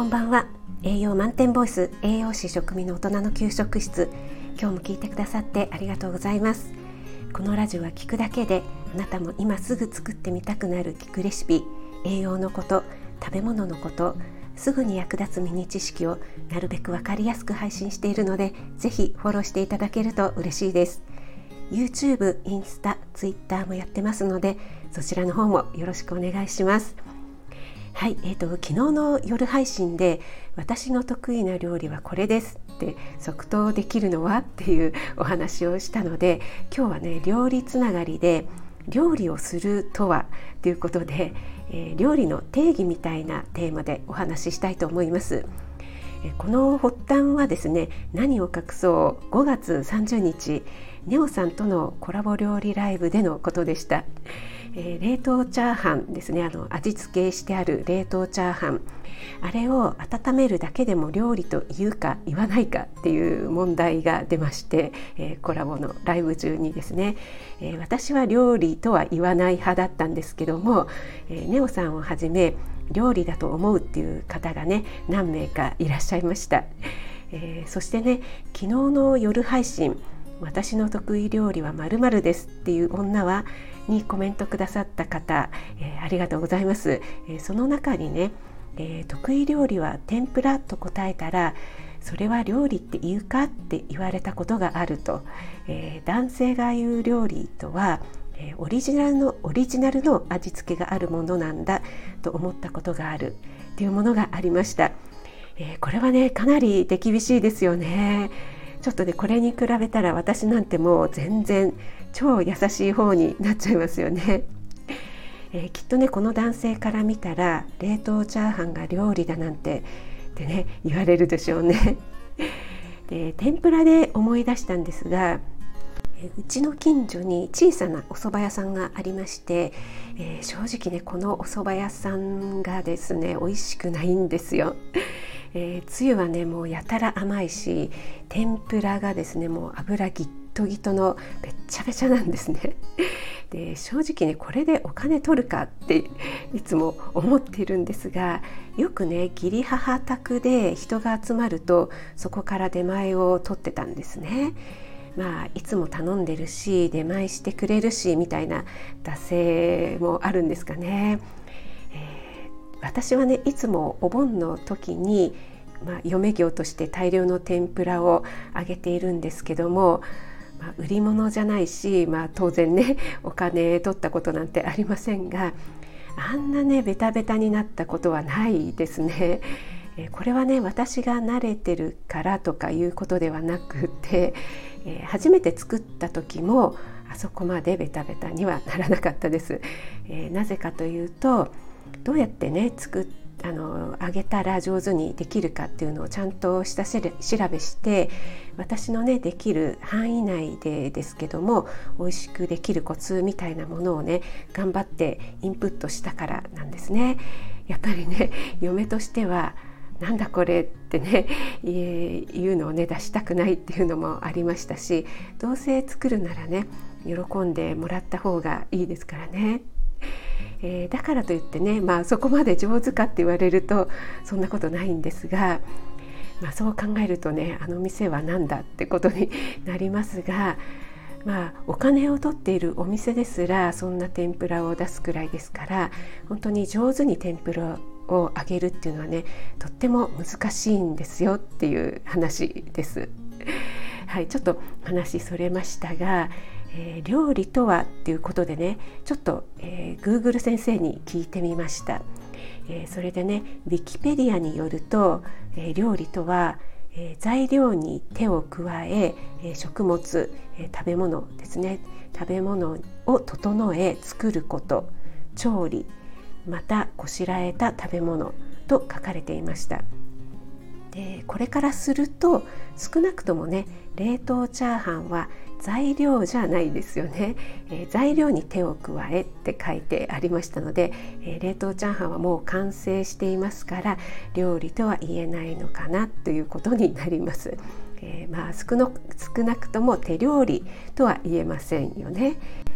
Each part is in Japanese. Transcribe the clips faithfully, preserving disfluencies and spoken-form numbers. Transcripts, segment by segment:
こんばんは。栄養満点ボイス、栄養士食味の大人の給食室。今日も聞いてくださってありがとうございます。このラジオは聞くだけであなたも今すぐ作ってみたくなる聞くレシピ、栄養のこと、食べ物のこと、すぐに役立つミニ知識をなるべくわかりやすく配信しているので、ぜひフォローしていただけると嬉しいです。 YouTube、インスタ、Twitter もやってますので、そちらの方もよろしくお願いします。はい、えーと、昨日の夜配信で私の得意な料理はこれですって即答できるのはっていうお話をしたので、今日はね料理つながりで料理をするとはということで、えー、料理の定義みたいなテーマでお話ししたいと思います。えー、この発端はですね、何を隠そうごがつさんじゅうにちネオさんとのコラボ料理ライブでのことでした。えー、冷凍チャーハンですね、あの味付けしてある冷凍チャーハン、あれを温めるだけでも料理と言うか言わないかっていう問題が出まして、えー、コラボのライブ中にですね、えー、私は料理とは言わない派だったんですけども、えー、ネオさんをはじめ料理だと思うっていう方がね何名かいらっしゃいました。えー、そしてね、昨日の夜配信、私の得意料理は〇〇ですっていう女はにコメントくださった方、えー、ありがとうございます。えー、その中にね、えー、得意料理は天ぷらと答えたら、それは料理って言うかって言われたことがあると。えー、男性が言う料理とは、えー、オリジナルのオリジナルの味付けがあるものなんだと思ったことがあるというものがありました。えー、これはねかなり手厳しいですよね。ちょっとねこれに比べたら私なんてもう全然超優しい方になっちゃいますよね。えー、きっとねこの男性から見たら冷凍チャーハンが料理だなんてってね言われるでしょうね。で天ぷらで思い出したんですが、うちの近所に小さなお蕎麦屋さんがありまして、えー、正直ねこのお蕎麦屋さんがですね美味しくないんですよ。えー、つゆはねもうやたら甘いし、天ぷらがですねもう油ギットギトのべっちゃべちゃなんですね。で正直ねこれでお金取るかっていつも思っているんですが、よくね義理母宅で人が集まるとそこから出前を取ってたんですね。まあいつも頼んでるし出前してくれるしみたいな惰性もあるんですかね。私はねいつもお盆の時に、まあ、嫁業として大量の天ぷらをあげているんですけども、まあ、売り物じゃないし、まあ、当然ねお金取ったことなんてありませんが、あんなねベタベタになったことはないですね。えこれはね私が慣れてるからとかいうことではなくて、え初めて作った時もあそこまでベタベタにはならなかったです。えなぜかというと、どうやってね作っあの揚げたら上手にできるかっていうのをちゃんと下調べして、私のねできる範囲内でですけども美味しくできるコツみたいなものをね頑張ってインプットしたからなんですね。やっぱりね嫁としてはなんだこれってね言うのをね出したくないっていうのもありましたし、どうせ作るならね喜んでもらった方がいいですからね。えー、だからといってね、まあ、そこまで上手かって言われるとそんなことないんですが、まあ、そう考えるとねあの店はなんだってことになりますが、まあ、お金を取っているお店ですらそんな天ぷらを出すくらいですから、本当に上手に天ぷらを揚げるっていうのはねとっても難しいんですよっていう話です。はい、ちょっと話それましたが、えー、料理とはっていうことでねちょっと、えー、Google 先生に聞いてみました。えー、それでねウィキペディアによると、えー、料理とは、えー、材料に手を加え、えー、食物、えー、食べ物ですね食べ物を整え作ること、調理またこしらえた食べ物と書かれていました。でこれからすると少なくともね冷凍チャーハンは材料じゃないですよね。えー、材料に手を加えって書いてありましたので、えー、冷凍チャーハンはもう完成していますから料理とは言えないのかなということになります。えー、まあ少の少なくとも手料理とは言えませんよね。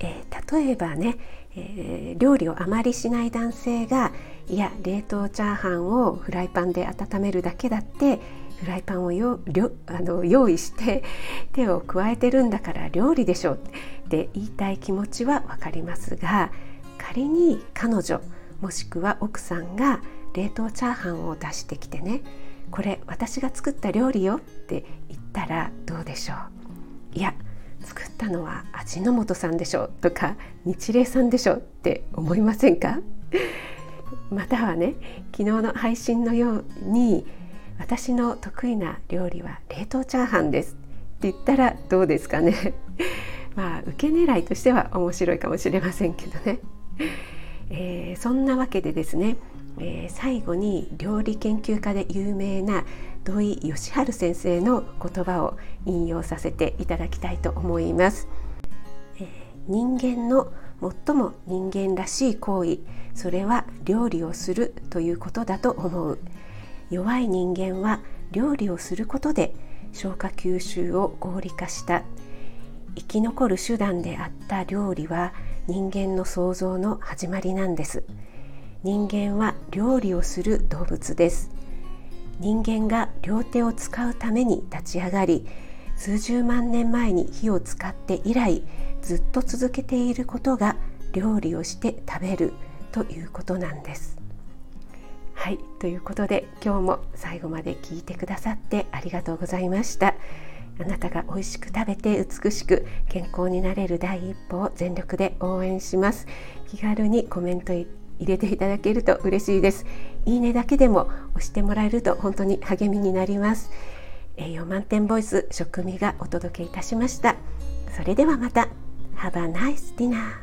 えー、例えばね、えー、料理をあまりしない男性が、いや冷凍チャーハンをフライパンで温めるだけだってフライパンをよあの用意して手を加えてるんだから料理でしょって言いたい気持ちはわかりますが、仮に彼女もしくは奥さんが冷凍チャーハンを出してきてね、これ私が作った料理よって言ったらどうでしょう。いや作ったのは味の素さんでしょとか日霊さんでしょって思いませんか？またはね、昨日の配信のように私の得意な料理は冷凍チャーハンですって言ったらどうですかね。まあ受け狙いとしては面白いかもしれませんけどね、えー、そんなわけでですね、えー、最後に料理研究家で有名な土井善晴先生の言葉を引用させていただきたいと思います。えー、人間の最も人間らしい行為、それは料理をするということだと思う。弱い人間は料理をすることで消化吸収を合理化した。生き残る手段であった料理は人間の創造の始まりなんです。人間は料理をする動物です。人間が両手を使うために立ち上がり、数十万年前に火を使って以来ずっと続けていることが料理をして食べるということなんです。はい、ということで今日も最後まで聞いてくださってありがとうございました。あなたが美味しく食べて美しく健康になれる第一歩を全力で応援します。気軽にコメント入れていただけると嬉しいです。いいねだけでも押してもらえると本当に励みになります。栄養満点ボイス食味がお届けいたしました。それではまた。Have a nice dinner.